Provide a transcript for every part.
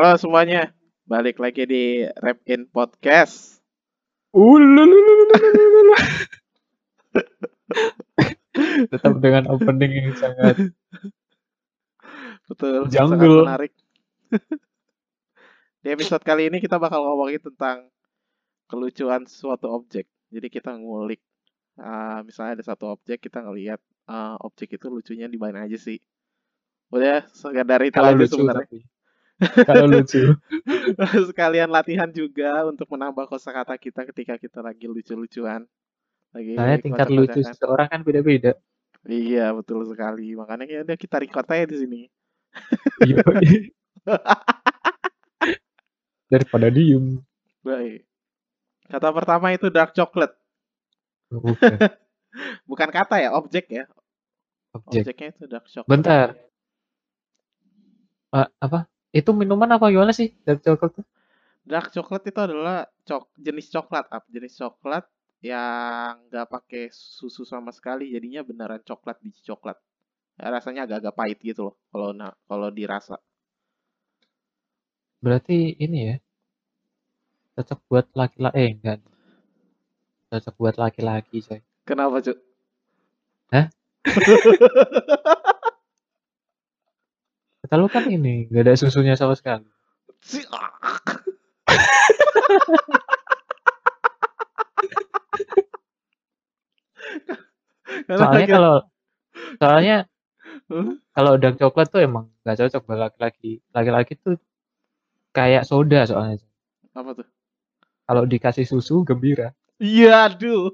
Halo semuanya, balik lagi di Rap In Podcast. Ulululululululul. Tetap dengan opening yang sangat Betul, sangat jungle. menarik. Di episode kali ini kita bakal ngomongin tentang kelucuan suatu objek. Jadi kita ngulik, misalnya ada satu objek, kita ngelihat objek itu lucunya di mana aja sih. Udah, sekedar itu Kalau aja lucu sebenarnya. tapi kalau lucu. Sekalian latihan juga untuk menambah kosakata kita ketika kita lagi lucu-lucuan, Soalnya lagi tingkat lucu kocak-kocakan. seseorang kan beda-beda. Iya, betul sekali. Makanya ya udah kita record aja di sini. Iya, daripada diem. Baik. Kata pertama itu dark chocolate. Bukan Bukan kata ya, objek ya. objek. Objeknya itu dark chocolate. Bentar. Apa? Itu minuman apa gimana sih? Dark chocolate tuh? Dark chocolate itu adalah jenis coklat, jenis coklat yang nggak pakai susu sama sekali, jadinya beneran coklat, biji coklat. Ya, rasanya agak-agak pahit gitu loh, kalau dirasa. Berarti ini ya, cocok buat laki-laki. Enggak. Cocok buat laki-laki, coy. Kenapa, Cuk? Hah? Kata lu kan ini, nggak ada susunya sama sekali. Si- Karena Soalnya lagi kalau soalnya Huh? kalau dark coklat tuh emang nggak cocok buat laki-laki. Laki-laki tuh kayak soda soalnya. Apa tuh? Kalau dikasih susu gembira. Iya, aduh.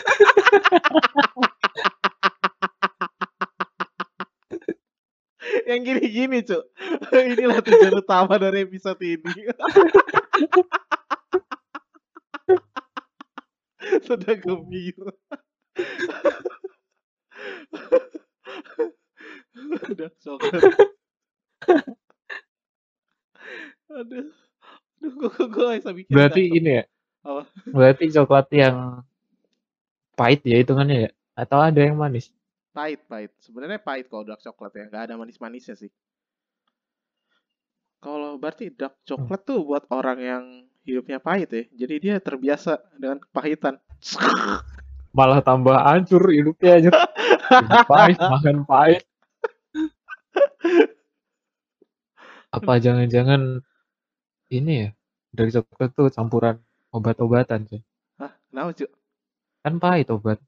Yang gini-gini, Cuk. Inilah tujuan utama dari episode ini. Sudah gembira. Udah coklat. Aduh, aduh, gue bisa bikin Berarti dark ini ya, apa? berarti coklat yang pahit ya hitungannya ya? Atau ada yang manis? Pahit, pahit. Sebenarnya pahit kalau dark coklat ya, nggak ada manis-manisnya sih. Kalau berarti dark Hmm. coklat tuh buat orang yang hidupnya pahit ya. Jadi dia terbiasa dengan kepahitan. Malah tambah hancur hidupnya aja. Hidup pahit, makan pahit. Apa jangan-jangan ini ya, dari coklat tuh campuran obat-obatan sih. Hah, kenapa, Cuk? Kan pahit obat.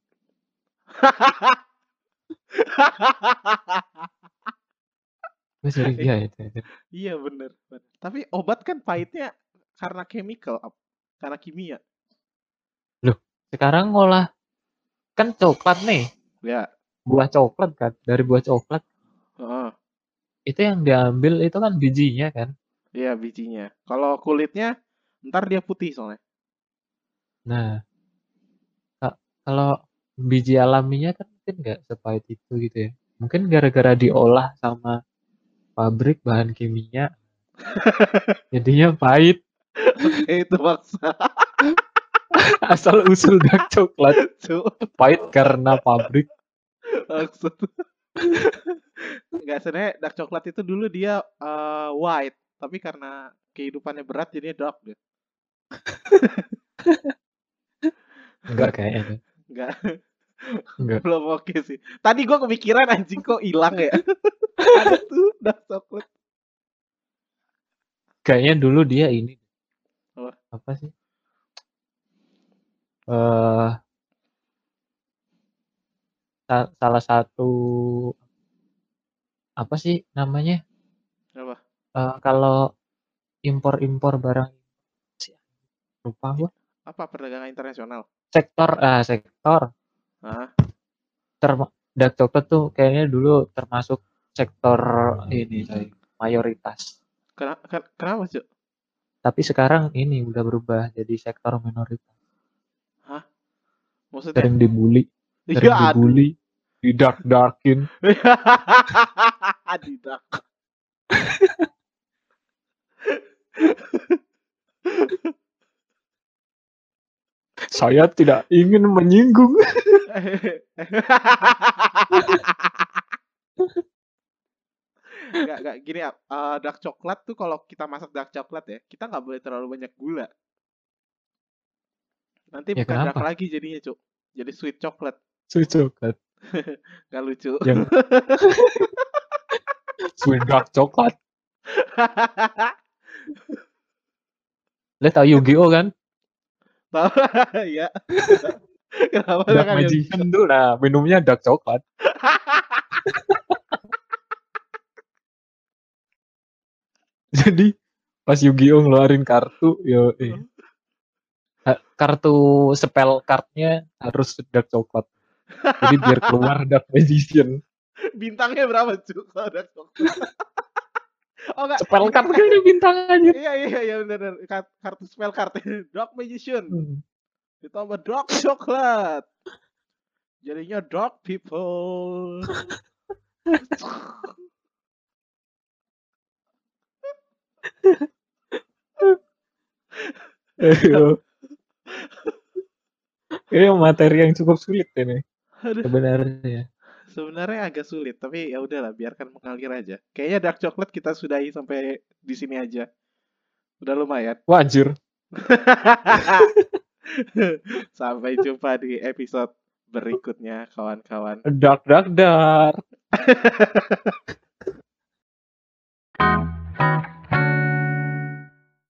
Gue curiga ya. Iya bener, bener. Tapi obat kan pahitnya karena chemical, karena kimia. Loh, sekarang ngolah kan coklat nih. Ya, Buah coklat kan. Dari buah coklat. heeh. Itu yang diambil itu kan bijinya kan. Iya bijinya. Kalau kulitnya, ntar dia putih soalnya. Nah, kalau biji alaminya kan mungkin nggak sepahit itu gitu ya. Mungkin gara-gara diolah sama pabrik bahan kimia, jadinya pahit. Oke, itu maksa. Asal usul dark coklat Cuk, pahit karena pabrik. maksud. Enggak, sebenarnya dark coklat itu dulu dia white, tapi karena kehidupannya berat jadinya dark deh. Enggak kayaknya. Enggak, Enggak. belum oke sih. Tadi gua kepikiran anjing kok hilang ya. Ada tuh dark coklat. Kayaknya dulu dia ini Apa? apa sih? Eh salah satu apa sih namanya? Apa? Kalau impor-impor barang sih, lupa gua. Apa perdagangan internasional? Sektor Hah? dark coklat tuh kayaknya dulu termasuk sektor ini coy, mayoritas. Kenapa, Cuk? Tapi sekarang ini udah berubah jadi sektor minoritas. Hah? Maksudnya? Sering dibully, Iya, aduh. didark-darkin. Tidak. Saya tidak ingin menyinggung. Enggak gini ya, dark coklat tuh kalau kita masak dark coklat ya, kita nggak boleh terlalu banyak gula. Nanti Ya bukan dark kenapa? lagi jadinya, Cuk. Jadi sweet coklat. Sweet coklat. Gak lucu. Yang sweet dark coklat. Lihat tahu Yu-Gi-Oh kan? Tahu ya. Kenapa Dark dengan Magician Yu-Gi-Oh? tuh, nah minumnya dark coklat. Jadi pas Yu-Gi-Oh ngeluarin kartu, kartu spell cardnya harus dark coklat. Jadi biar keluar dark magician. Bintangnya berapa, Cuk? Kalau dark coklat. Oh enggak, Spell ini card kan ada bintang aja. iya iya iya benar. Kartu spell card. Dark Magician. Hmm. Ditambah dark coklat. Jadinya dark people. Ayo. Ini materi yang cukup sulit ini Aduh, sebenarnya. sebenarnya agak sulit, tapi ya udahlah, biarkan mengalir aja. Kayaknya dark coklat kita sudahi sampai di sini aja. Udah lumayan. Wajur. Sampai jumpa di episode berikutnya, kawan-kawan. Dark dark dark.